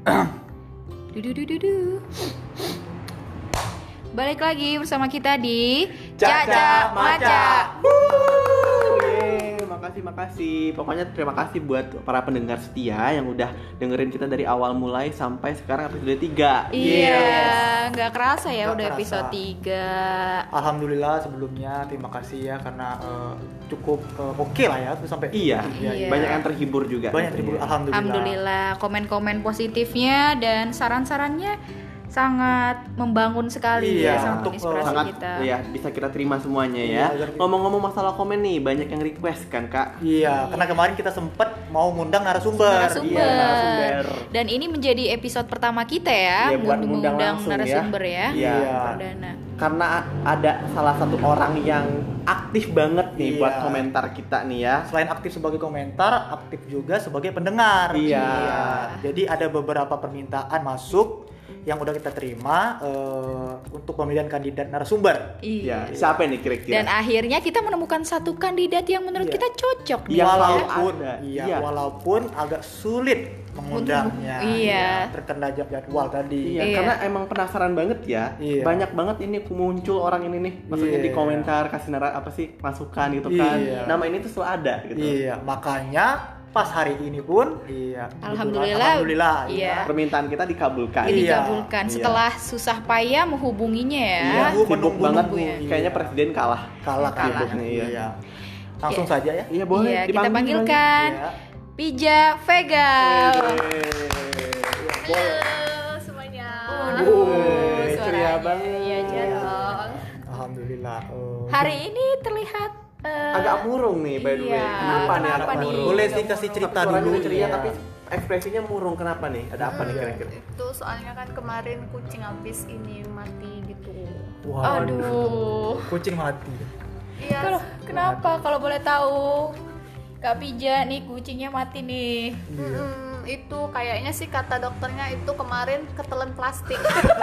Dududududu. Balik lagi bersama kita di Caca Maca. Makasih. Pokoknya terima kasih buat para pendengar setia yang udah dengerin kita dari awal mulai sampai sekarang episode 3. Iya, nggak kerasa ya Nggak udah kerasa. episode 3. Alhamdulillah sebelumnya terima kasih ya karena cukup oke lah ya terus sampai Iya. Iya. Banyak yang terhibur juga. banyak terhibur. Alhamdulillah. Alhamdulillah, komen-komen positifnya dan saran-sarannya sangat membangun sekali Iya, ya, sangat untuk, menginspirasi Sangat kita. ya bisa kita terima semuanya Iya, ya. agar- Ngomong-ngomong masalah komen nih, banyak yang request kan Kak? Iya, karena kemarin kita sempet mau ngundang narasumber. Narasumber. Iya, narasumber. Dan ini menjadi episode pertama kita ya, Iya, buat ngundang mengundang langsung narasumber ya. Iya. Perdana. Karena ada salah satu orang yang aktif banget nih Iya. buat komentar kita nih ya. Selain aktif sebagai komentar, aktif juga sebagai pendengar. Iya. Jadi ada beberapa permintaan masuk yang udah kita terima untuk pemilihan kandidat narasumber. Iya. Siapa nih kira-kira? Dan akhirnya kita menemukan satu kandidat yang menurut Iya. kita cocok nih. Yang walaupun ada. iya, Iya. walaupun agak sulit mengundangnya. Iya. Terkena jadwal tadi. Iya, Iya. karena emang penasaran banget ya. Iya. Banyak banget ini muncul orang ini nih. Maksudnya di Iya. komentar kasih apa sih masukan gitu kan. Iya. Nama ini tuh selalu ada gitu. Iya, makanya pas hari ini pun Alhamdulillah Iya. Permintaan kita dikabulkan. Ini Iya. dikabulkan Iya. setelah susah payah menghubunginya ya. Iya, sibuk menunggu banget. ya. Kayaknya presiden kalah. kalah Sibuknya, iya. Iya. Langsung Iya. saja ya. Iya, boleh Iya, kita dipanggil, panggilkan Iya. Pija Vega. Halo semuanya. Wih, ceria suaranya. banget. Iya, Iya dong. Alhamdulillah. Hari ini terlihat Agak murung nih by the way. Iya, Kenapa nih kenapa agak nih? murung? Boleh sih kasih cerita Suaranya dulu. udah ceria Iya. tapi ekspresinya murung. Kenapa nih? Ada apa nih kira-kira? Itu soalnya kan kemarin kucing habis ini mati gitu. Wah, aduh. kucing mati. Iya. Kalau kenapa kalau boleh tahu? Kak Pija nih kucingnya mati nih. Itu kayaknya sih kata dokternya itu kemarin ketelan plastik.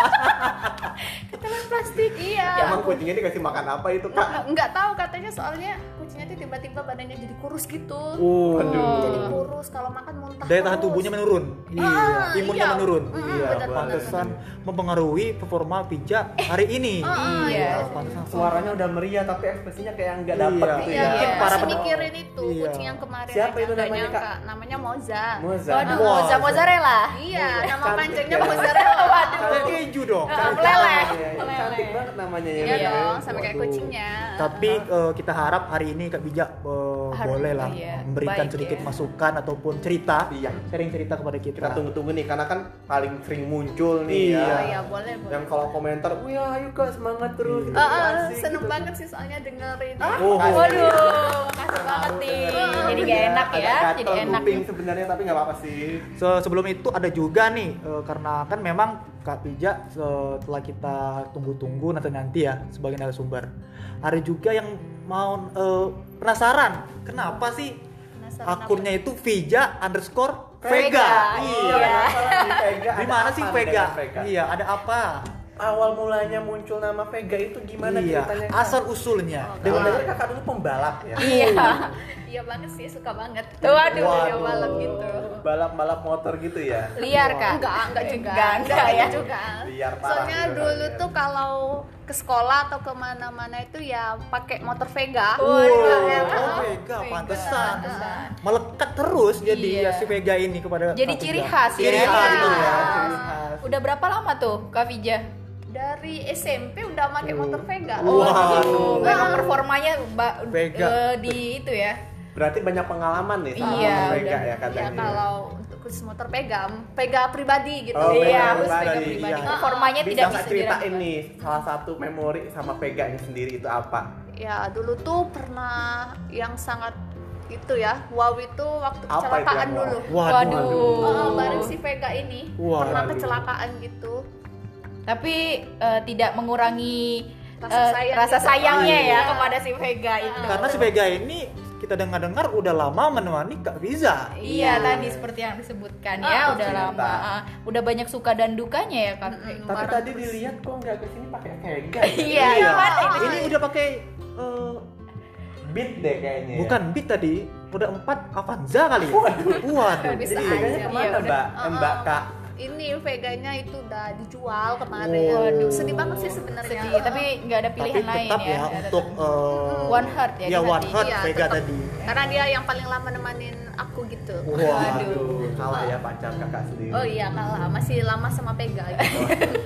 Ketelan plastik. Iya. Emang kucingnya dikasih makan apa itu Kak? Nggak tahu katanya soalnya kucingnya tuh tiba-tiba badannya jadi kurus gitu. Oh, Jadi kurus kalau makan muntah. daya tahan terus. tubuhnya menurun. Imunnya iya. menurun. Iya, benar, pantesan mempengaruhi performa Pija hari ini. Iya. Pantesan Suaranya udah meriah tapi ekspresinya kayak nggak dapet Iya. gitu Iya, ya. Mungkin masih para pen- mikirin itu Iya. kucing yang kemarin. Siapa aja itu nggak namanya, Kak? nyangka. Namanya Moza. Moza. Waduh, Wah. mozzarella. Iya, nama Cantik panjangnya ya. Mozzarella. Kayak keju dong. Meleleh. Iya, Meleleh. cantik banget namanya ya. Iya Beb. dong, sampai kayak Waduh. kucingnya. Tapi kita harap hari ini Kak Bijak boleh lah iya. memberikan Baik, sedikit ya. masukan ataupun cerita, Iya. sharing cerita kepada kita. Kita tunggu-tunggu nih karena kan paling sering muncul nih Iya. Oh ya. iya, boleh, boleh. Yang kalau komentar, "Wih, ayo Kak semangat terus." Iya. gitu, asik Seneng gitu. banget sih soalnya dengerin. Oh, Waduh, makasih banget nih. Jadi gak enak ya, Agak jadi gatel enak. kuping sebenarnya tapi nggak apa-apa sih. Sebelum itu ada juga nih karena kan memang Kak Pija setelah kita tunggu-tunggu nanti ya sebagai narasumber. Ada juga yang mau penasaran kenapa sih Penasaran akunnya itu Vija _ Vega. Vega. Iya. Vega. Di mana sih Vega? Iya, ada apa? Awal mulanya muncul nama Vega itu gimana Iya, ceritanya? Kak? asal usulnya. Dengar-dengar Kakak dulu pembalap ya. Iya. Iya banget sih, suka banget. Waduh. Video balap gitu. Balap-balap motor gitu ya. Liar Kak? Enggak juga. Enggak ya. juga. Liar parah Soalnya gitu dulu kalian. tuh kalau ke sekolah atau kemana-mana itu ya pakai motor Vega. Oh, Vega, pantesan. Melekat terus jadi Iya. ya si Vega ini kepada Jadi Kak ciri Pija. khas ya. Ciri khas itu ya, Iya. ciri khas. Udah berapa lama tuh Kak Pija? Dari SMP udah pakai motor Vega. Waduh. Memang performanya Vega. di itu ya. Berarti banyak pengalaman nih sama Iya, motor Vega udah. ya Ya katanya. kalau untuk khusus motor Vega pribadi gitu. Oh, Iya, Vega harus pribadi. Vega pribadi. Iya. Performanya Bisa tidak nggak bisa ceritain diragukan. nih salah satu memori sama Vega ini sendiri itu apa? Ya dulu tuh pernah yang sangat itu ya, wow itu waktu Apa itu kecelakaan yang wow? dulu. Waduh. Bareng si Vega ini Waduh. pernah kecelakaan gitu. Tapi tidak mengurangi Rasa sayang gitu. sayangnya ya Iya. kepada si Vega itu. Karena si Vega ini kita dengar-dengar udah lama menemani Kak Riza. Iya, tadi seperti yang disebutkan ya, udah cerita. lama. Udah banyak suka dan dukanya ya Kak. Tapi Bareng tadi terus. dilihat kok nggak kesini pakai Vega. Iya, gimana itu? Ini udah pakai Beat deh kayaknya. ya. bukan Beat tadi, udah 4 Avanza kali ya. Waduh. Waduh. Bisa Jadi aja. Veganya Iya, mana udah. Mbak? Mbak Kak. ini veganya itu udah dijual kemarin. Oh. Waduh, sedih banget sih sebenarnya. Sedih, tapi nggak ada Tapi pilihan lain tetap ya. ya untuk One Heart ya, ya di One hati. Heart Iya, Vega tetap. tadi. Karena dia yang paling lama nemenin aku gitu. Waduh, kalah ya pacar kakak sendiri. Oh iya, kalah masih lama sama Vega gitu.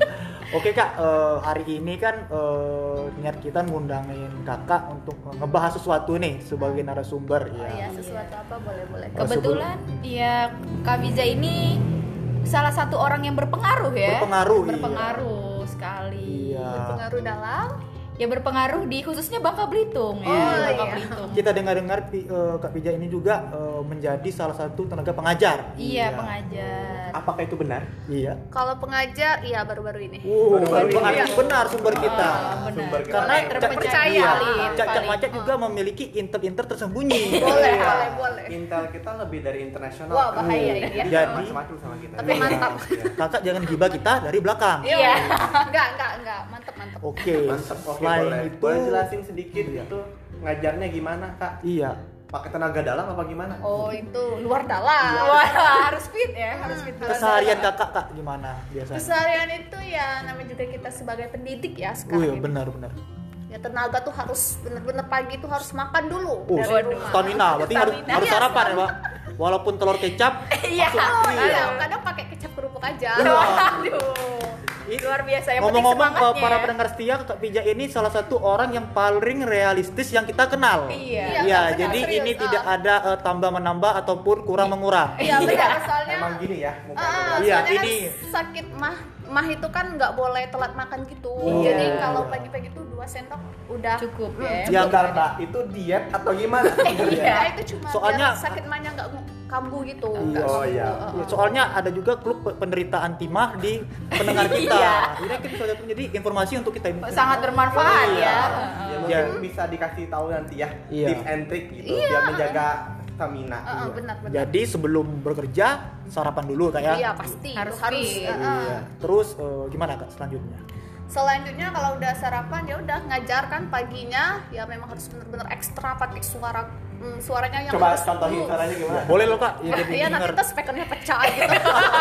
Oke kak, hari ini kan niat kita ngundangin kakak untuk ngebahas sesuatu nih sebagai narasumber Oh ya. iya, sesuatu apa boleh-boleh. Kebetulan ya Kak Biza ini salah satu orang yang berpengaruh ya. Berpengaruh, iya. Berpengaruh sekali. Iya. Pengaruh dalam Ya berpengaruh di khususnya Bangka Belitung ya. Oh, Bangka iya. Belitung. Kita dengar-dengar Kak Pija ini juga menjadi salah satu tenaga pengajar. Iya, pengajar. Apakah itu benar? Iya. kalau pengajar iya baru-baru ini. Berarti benar sumber kita. Benar. Sumber kita. Karena terpercaya. iya, Valid, Cak valid. Macet juga memiliki intel-intel tersembunyi. Boleh, Iya. boleh. Intel kita lebih dari internasional. Wah, bahaya ini ya. Jadi- macam-macam sama kita. Tapi mantap. Iya. Kakak jangan gibah kita dari belakang. Iya. Enggak. Mantap. Oke. Mantap. Oke, Selain boleh. itu, Boleh jelasin sedikit Iya. itu ngajarnya gimana, Kak? Iya. Pakai tenaga dalam apa gimana? Oh, itu luar dalam. Wah, harus fit ya, harus fit. Keseharian kakak kak gimana biasanya? Keseharian itu ya namanya juga kita sebagai pendidik ya Iya sekarang. ini. benar. Ya tenaga tuh harus bener-bener pagi tuh harus makan dulu Oh, dari rumah. stamina. Berarti harus Stamina. sarapan ya, Pak. Walaupun telur kecap. Iya. Kadang pakai kecap kerupuk aja. Waduh. Luar biasa yang penting Ngomong-ngomong semangatnya. para pendengar setia, Kak Pija ini salah satu orang yang paling realistis yang kita kenal. Iya. Iya, benar, jadi serius. ini tidak ada tambah menambah ataupun kurang mengurang. Iya benar soalnya. Emang gini ya mukanya. Iya, soalnya kan ini. sakit mah itu kan nggak boleh telat makan gitu. Oh. Jadi kalau pagi-pagi tuh 2 sendok udah Cukup ya. Ya, Bentar, Mbak. Itu diet atau gimana? Ya itu cuma Soalnya- biar sakit mahnya nggak kambuh gitu. Oh, nggak kambuh. iya. Ya, soalnya ada juga klub penderitaan timah di pendengar kita. Iya. Ini kita sudah menjadi informasi untuk kita ini. Sangat bermanfaat Iya. ya. Ya mungkin bisa dikasih tahu nanti ya Iya. tips and trick gitu biar menjaga stamina. Benar. Jadi sebelum bekerja sarapan dulu kak ya. Iya pasti Harus itu harus. fit. Iya. Terus gimana kak selanjutnya? Selanjutnya kalau udah sarapan ya udah ngajar kan paginya ya memang harus benar-benar ekstra pakai suaranya yang Coba harus contohin caranya gimana? Boleh loh kak. Ya, jadi Iya nanti denger. tuh speakernya pecah gitu.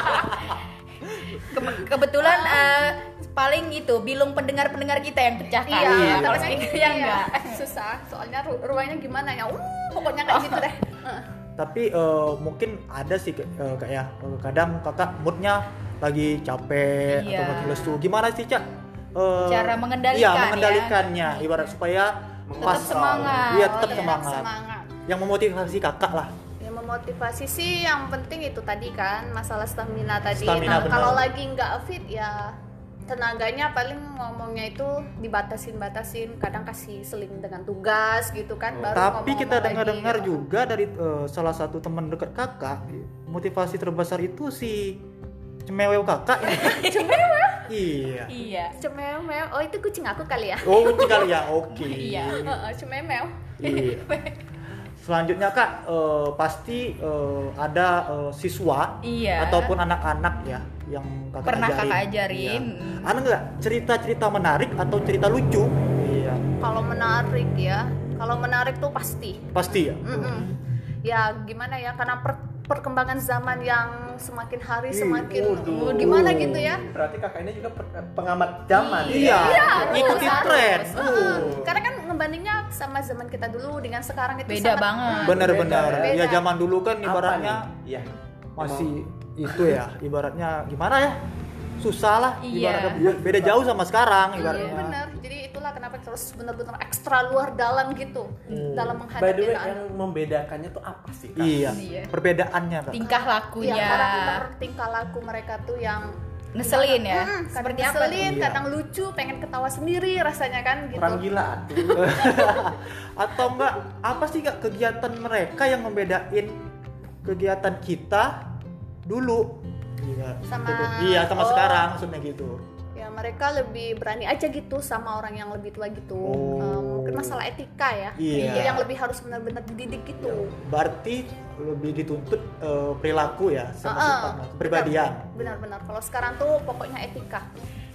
Kebetulan paling itu bilung pendengar-pendengar kita yang pecahkan. Iya, Ya, kalau karena speakernya enggak. susah. Soalnya ruangnya gimana ya? Pokoknya kayak gitu deh. Tapi mungkin ada sih kak ya. Kadang kakak moodnya lagi capek Iya. atau lagi lesu. Gimana sih cak? Cara mengendalikan Iya ya. mengendalikannya. Ibarat supaya Tetap semangat. Iya tetap Tetap semangat. Yang memotivasi kakak lah. Ya memotivasi sih yang penting itu tadi kan masalah stamina tadi. Stamina, Nah, benar. kalau lagi nggak fit ya tenaganya paling ngomongnya itu dibatasin, kadang kasih seling dengan tugas gitu kan. Baru Tapi ngomong-ngomong kita lagi, dengar-dengar gitu. juga dari salah satu teman dekat kakak, motivasi terbesar itu si cemewew kakak. Iya. Iya. Cememel, oh itu kucing aku kali ya. Oh sekali ya, oke. Iya. Cememel. Iya. Selanjutnya kak, pasti ada siswa Iya. ataupun anak-anak ya yang kakak Pernah ajarin. kakak ajarin. Iya. Ada nggak cerita-cerita menarik atau cerita lucu? Iya. Kalau menarik ya, kalau menarik tuh pasti. Pasti ya. Ya gimana ya, karena perkembangan zaman yang semakin hari semakin waduh. gimana gitu ya. Berarti kakak ini juga pengamat zaman. Iya. Ngikutin harus. tren. Karena kan ngebandingnya sama zaman kita dulu dengan sekarang itu Beda sangat- banget. Bener-bener. Beda. Ya zaman dulu kan Apa ibaratnya nih? Iya. masih itu ya. Ibaratnya gimana ya? Susah lah. Iya. Ibaratnya beda jauh sama sekarang. Iya Ibaratnya. benar. Jadi itulah kenapa kita harus benar-benar ekstra luar dalam gitu dalam By menghadapi the way, anak. yang membedakannya tuh apa sih, Kak? Iya. Iya. Perbedaannya kak. Tingkah Iya, lakunya. karakter tingkah laku mereka tuh yang Ngeselin ya. kadang Seperti apa? ngeselin, Iya. kadang lucu, pengen ketawa sendiri rasanya kan gitu. Orang gila tuh. Atau enggak apa sih kak kegiatan mereka yang membedain kegiatan kita dulu? Iya. Sama- Iya sama oh. sekarang maksudnya gitu. Ya mereka lebih berani aja gitu sama orang yang lebih tua gitu. Oh. Mungkin masalah etika ya. Iya. Jadi yang lebih harus benar-benar dididik gitu. Berarti lebih dituntut perilaku ya sama Heeh. sifatnya, kepribadian. Benar-benar. Kalau sekarang tuh pokoknya etika.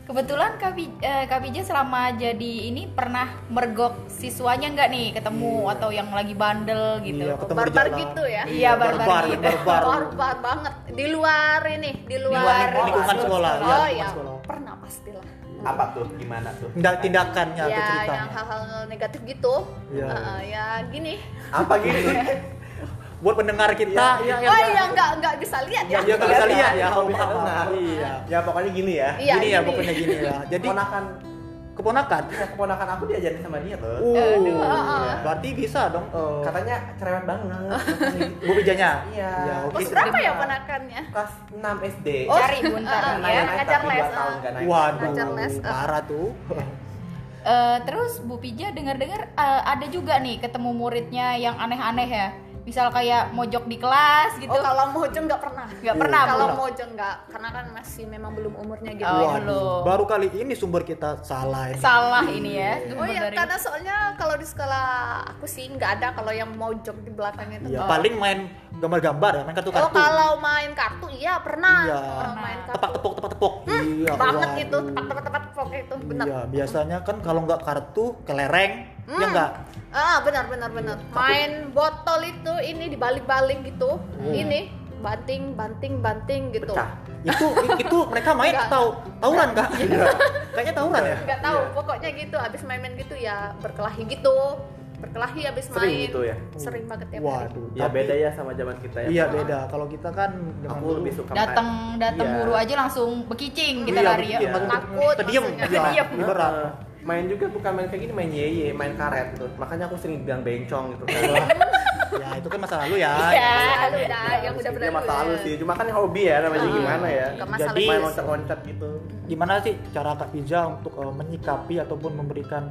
Kebetulan Kak Bija selama jadi ini pernah mergok siswanya nggak nih ketemu atau yang lagi bandel gitu? Iya, ketemu di Barbar jalan. gitu ya. Iya, barbar gitu. Barbar banget. Di luar lingkungan sekolah. Oh lingkungan iya, sekolah. pernah pastilah. Apa tuh? Gimana tuh? Tindakannya atau Ya, ceritanya. yang hal-hal negatif gitu. Iya. Ya gini. Apa gini? Buat pendengar kita Iya, yang Oh iya, nggak bisa lihat ya. nggak bisa lihat ya. Kalau bisa maaf. dengar. Iya. Ya pokoknya gini ya. Iya, Gini ya gini. pokoknya gini ya. Jadi keponakan. Ya, keponakan aku diajarin sama dia tuh. Berarti bisa dong Katanya cerewet banget. Bu Bijanya. Iya. Ya, oke. Kelas berapa ya ponakannya? Kelas 6 SD. Cari buntar ya. ngajar tapi les, 2 tahun nggak naik. Waduh, Ngajar les, parah tuh. Terus Bu Pija dengar-dengar ada juga nih ketemu muridnya yang aneh-aneh ya. Misal kayak mojok di kelas gitu. Oh, kalau mojong nggak pernah. Nggak pernah, Kalau belum. mojong nggak, karena kan masih memang belum umurnya gitu. Oh, Waduh, belum. baru kali ini sumber kita salah ini. Salah ini ya. Oh iya, karena soalnya kalau di sekolah aku sih nggak ada kalau yang mojok di belakang itu. Ya, paling main gambar-gambar ya, main Oh, kartu-kartu. kalau main kartu iya pernah. Iya. Orang main kartu. Tepak-tepuk. Iya, Banget waduh. itu, tepat itu benar. Iya, biasanya kan kalau nggak kartu kelereng, ya nggak. Benar. Main botol itu ini dibalik-balik gitu. Ini banting gitu. Pecah. Itu mereka main Nggak. atau tawuran kak? Kayaknya tawuran ya. Nggak tahu, Iya. pokoknya gitu. Abis main-main gitu ya berkelahi gitu. Berkelahi abis Sering main. gitu ya? Sering banget tiap hari. Waduh. Ya beda ya sama zaman kita ya. Iya beda. Kalau kita kan zaman Aku dulu lebih suka datang Iya. guru aja langsung bekicing kita iya, lari ya. betul. Takut Kita diem. maksudnya. Iya, Diem. berat. Main juga bukan main kayak gini, main yeye, main karet gitu. Makanya aku sering bilang bencong gitu. Ya itu kan masa lalu ya. Iya. Lalu dah, yang udah Dia berlalu. masa lalu sih. Cuma kan hobi ya namanya gimana ya. Nggak masalah. Jadi- Main loncat-loncat gitu. Gimana sih cara Kak Pija untuk menyikapi ataupun memberikan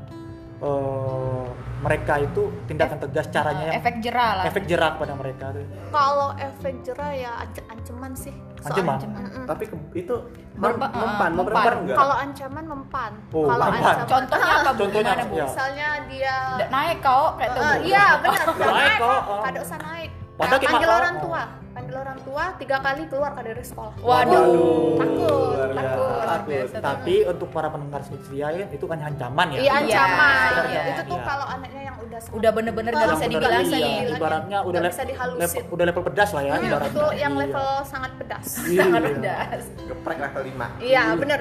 mereka itu tindakan tegas caranya yang Efek jerah lah. efek jerak pada mereka tuh. Kalau efek jerah ya ancaman sih. Ancaman? Mm-mm. Tapi itu Mempan. mempan enggak? Kalau ancaman mempan. Oh, Kalau mempan. ancaman Contohnya apa Bu? Contohnya, Gimana Bu? ya. misalnya dia Nggak naik kau kayak tuh. Bu. iya benar. Naik kok. Kada usah naik. Padahal kita- Panggil orang tua. Panggil orang tua 3 kali keluar dari sekolah. Waduh. Takut. Luar biasa. Tapi untuk para pendengar setia itu kan ancaman ya. Iya ancaman. Iya, Itu tuh iya. kalau anaknya yang udah sangat- Udah bener-bener nggak Oh, bisa Yang bener, dibilangin. iya. Ibaratnya udah Nggak bisa dihalusin. udah level pedas lah ya ibaratnya. Itu yang Iya. level sangat pedas. Sangat Iya. pedas. Geprek level 5. Iya benar.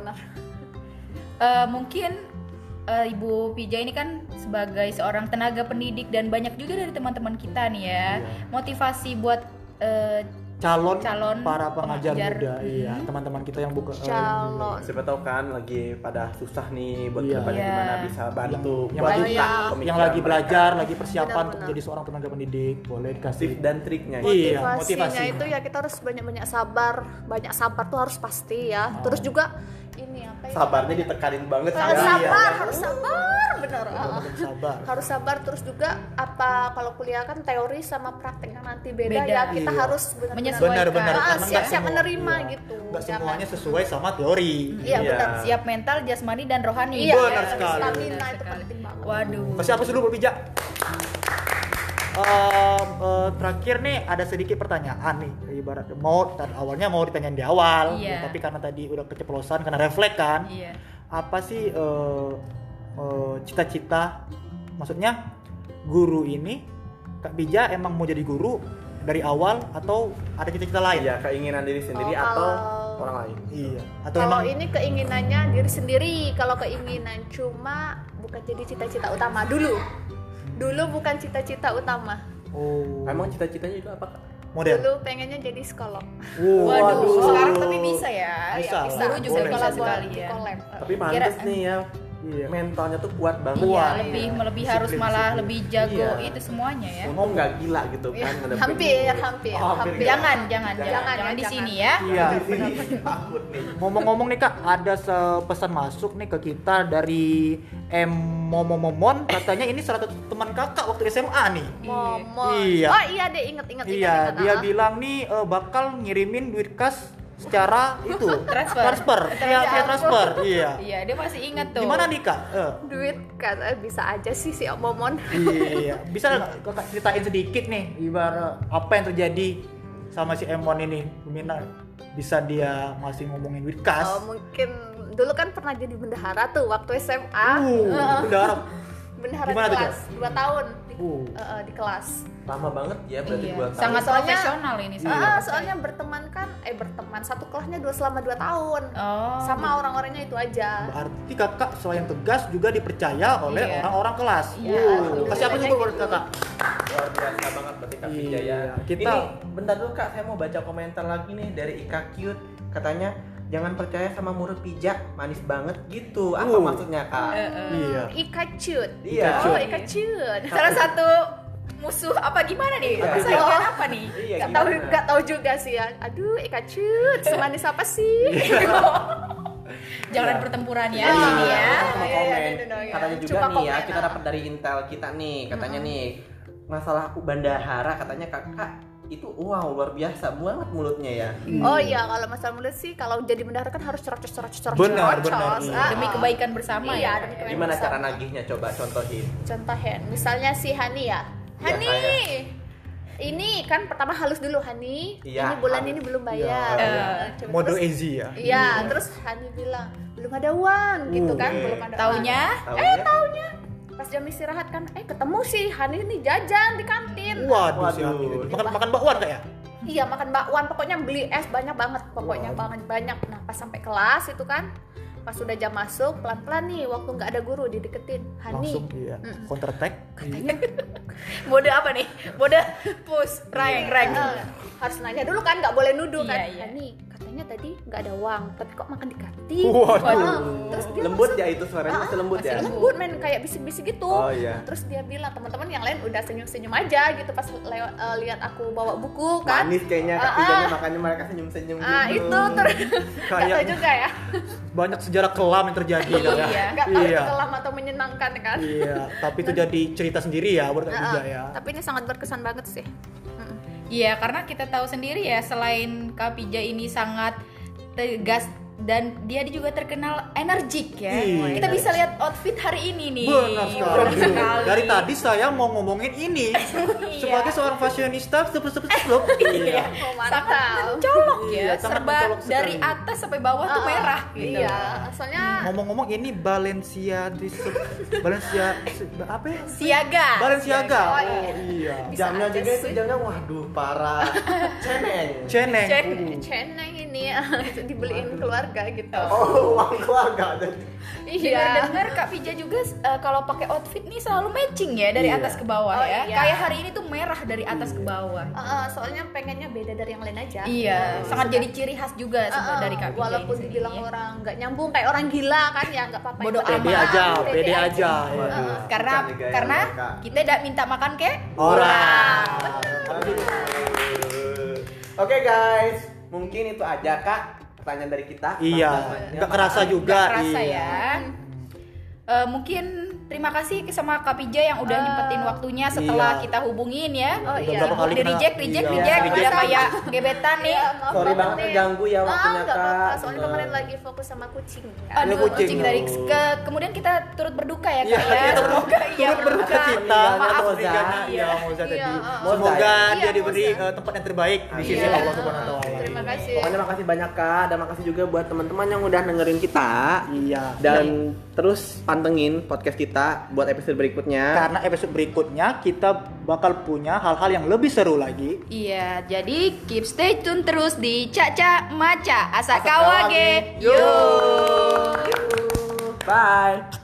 Mungkin Ibu Pija ini kan sebagai seorang tenaga pendidik dan banyak juga dari teman-teman kita nih ya. Motivasi buat calon Calon para pengajar pengajar. muda, iya, teman-teman kita yang buka Calon. Siapa tahu kan lagi pada susah nih buat Iya. kedepannya Iya. gimana bisa bantu yang buat lagi buka yang pemikiran lagi mereka. belajar, lagi persiapan Benar-benar. untuk menjadi seorang tenaga pendidik, boleh Tips dikasih. dan triknya. Iya, Motivasinya motivasi. itu ya kita harus banyak banyak sabar tuh harus pasti ya. Terus juga ini apa ya? Sabarnya ditekanin banget sih. Harus ya. sabar, harus sabar, bener. Benar-benar sabar. Harus sabar terus juga apa kalau kuliah kan teori sama prakteknya nanti beda, Beda. ya kita Iya. harus benar-benar Menyesuaikan. Benar-benar karena nggak siap-siap semua- menerima iya, gitu. nggak Jangan- semuanya sesuai sama teori. Iya Iya. benar. siap mental, jasmani dan rohani. Iya, Benar sekali. stamina Benar itu sekali. penting banget. Waduh. Masih apa dulu berpijak? Terakhir nih ada sedikit pertanyaan nih, ibarat awalnya mau ditanyain di awal, Iya. tapi karena tadi udah keceplosan karena refleks kan. Iya. Apa sih cita-cita, maksudnya guru ini Kak Pija emang mau jadi guru dari awal atau ada cita-cita lain? Iya, keinginan diri sendiri Oh, atau kalau- orang lain. Iya. Atau Kalau emang ini keinginannya diri sendiri, kalau keinginan cuma bukan jadi cita-cita utama dulu. Dulu bukan cita-cita utama. oh Emang cita-citanya itu apa, Kak? model. Dulu pengennya jadi psikolog. Waduh, sekarang tapi bisa ya. Bisa, Ya, guru juga boleh. bisa Kalau buat sekali di ya. collab. Tapi Kira- pantas nih ya. Iya. Mentalnya tuh kuat banget. Iya, Wah, lebih iya. lebih harus Disiplin, malah disiplin. lebih jago Iya. itu semuanya ya. Ngomong nggak gila gitu Iya, kan. ngadepin hampir, murid. hampir, Oh, hampir hampir. nggak? Jangan Jangan, di jangan. sini ya. Iya. Takut nih. Ngomong-ngomong nih Kak, ada pesan masuk nih ke kita dari Momon, katanya ini salah satu teman Kakak waktu SMA nih. Momon. Iya. Oh iya deh, inget. Iya, dia bilang nih bakal ngirimin duit kas secara itu Transfer. via transfer. Iya. Iya, dia masih ingat tuh. Gimana nih Kak? duit kan bisa aja sih si Momon. Iya, bisa nggak Kakak ceritain sedikit nih ibarat apa yang terjadi sama si Emon ini? Mina bisa dia masih ngomongin Witkas. Oh, mungkin dulu kan pernah jadi bendahara tuh waktu SMA. Udah harap. Bendahara Gimana di tuh, kelas 2 tahun di kelas. Lama banget ya berarti Iya. 2 tahun. Sangat Soalnya- profesional ini Soalnya berteman satu kelasnya selama 2 tahun. Oh. Sama orang-orangnya itu aja. Berarti kakak selain tegas juga dipercaya oleh Iya. orang-orang kelas. Iya, Kasih aku juga buat kakak. Luar biasa banget berarti Kak Iya, Vijaya. kita- Ini bentar dulu Kak, saya mau baca komentar lagi nih dari Ika Cute. Katanya jangan percaya sama murid pijak, manis banget gitu. Apa maksudnya Kak? Iya. Ika Cut. Iya. Oh, Ika Cut. Salah satu musuh apa gimana nih? Iya. Persaingan apa nih? Iya, gimana? Gak tahu juga sih ya. Aduh, Ika Cut. Semanis apa sih? Jangan ada pertempuran ya di sini ya. Sama Iya, komen. iya. Katanya juga Coba nih ya, komen, kita ah. dapat dari intel kita nih. Katanya nih, masalah bendahara katanya kakak itu wow luar biasa banget mulutnya ya. Oh iya, kalau masalah mulut sih kalau jadi bendahara kan harus cerocos. Benar, benar, iya. Demi kebaikan bersama Iya, ya. demi kebaikan Gimana bersama. cara nagihnya, coba contohin. Contohin, misalnya si Hani ya. Iya, Hani, ini kan pertama halus dulu Hani. Iya, Ini bulan halus. ini belum bayar. Iya. Coba Mode terus- easy ya. Iya, terus Hani bilang belum ada uang gitu kan, Oke. belum ada. Taunya uang. Taunya pas jam istirahat kan, ketemu si Hani nih jajan di kantin. Waduh, si Waduh. Hamid. Makan bakwan kayak ya? Iya, makan bakwan, pokoknya beli es banyak banget, pokoknya banyak. Nah, pas sampai kelas itu kan, pas sudah jam masuk, pelan-pelan nih, waktu nggak ada guru dideketin, Hani. Langsung iya. Counter attack. mode apa nih? Mode push, rank. Harus nanya dulu kan, nggak boleh nuduh kan. Iya, iya. Hani, katanya tadi nggak ada uang, tapi kok makan di kantin? Waduh. Terus dia Lembut langsung- ya itu suaranya masih lembut ya. lembut main kayak bisik-bisik gitu. Oh, iya. Terus dia bilang teman-teman yang lain udah senyum-senyum aja gitu pas lihat aku bawa buku kan. Manis kayaknya Kak Vijaya, makanya mereka senyum-senyum gitu. Itu terus nggak tahu Kayak- juga ya. Banyak sejarah kelam yang terjadi kan ya. Iya. Nggak tahu Iya. itu kelam atau menyenangkan kan. Iya, tapi itu jadi cerita sendiri ya buat Kak Vija ya. Tapi ini sangat berkesan banget sih. Iya, karena kita tahu sendiri ya, selain Kak Pija ini sangat tegas dan dia juga terkenal energik ya. Iya. Kita bisa lihat outfit hari ini nih. Benar sekali. Benar sekali. Dari tadi saya mau ngomongin ini sebagai seorang fashionista Iya. Iya. Oh, Sangat mantap. mencolok ya, Iya, sangat serba mencolok sekali. dari atas sampai bawah tuh merah gitu. Iya, soalnya Ngomong-ngomong ini Balenciaga apa ya? Siaga. Balenciaga. Oh, Oh iya. Bisa Jamnya aja juga itu sih. jamnya waduh parah. Ceneng. Ceneng. Ceneng ini dibeliin keluarga gitu. Oh, uang keluarga. Iya. Dengar Kak Pija juga kalau pakai outfit nih selalu matching ya dari Iya. atas ke bawah Oh, ya. iya. Kayak hari ini tuh merah dari atas ke bawah. Soalnya pengennya beda dari yang lain aja. Iya, sangat jadi ciri khas juga sebenarnya dari Kak Pija walaupun ini sendiri dibilang ya. orang nggak nyambung kayak orang gila kan ya nggak apa-apa. Bodoh Yang penting amat. Pede aja, pede pede aja. Waduh. Karena Bukan nih gaya karena mereka. kita tidak minta makan ke Orang. Oke guys, mungkin itu aja Kak pertanyaan dari kita. Iya, Bahasannya. nggak kerasa juga. Nggak kerasa iya. ya. Mungkin terima kasih sama Kak Pija yang udah nyempetin waktunya setelah Iya. kita hubungin ya. Oh, Udah iya. berapa kali Di kena- reject, iya, udah reject. kayak gebetan nih. Iya, maaf Sorry banget nih. terganggu ya waktunya, nggak apa-apa. Kak. Soalnya kemarin lagi fokus sama kucing. Aduh, kucing. kucing dari kemudian kita turut berduka ya Kak Iya, ya. kita Semoga iya turut berduka cita. Meninggalnya Maaf Moza. Iya, Moza tadi. Iya, Semoga Iya, dia diberi Moza. tempat yang terbaik di sisi Iya. Allah Subhanahu wa taala. Terima kasih. Pokoknya makasih banyak Kak, dan makasih juga buat teman-teman yang udah dengerin kita. Iya. Dan terus pantengin podcast kita buat episode berikutnya. Karena episode berikutnya kita bakal punya hal-hal yang lebih seru lagi. Iya, jadi keep stay tune terus di Caca Maca Asakawa Asakawa ge. ge. Yo. Bye.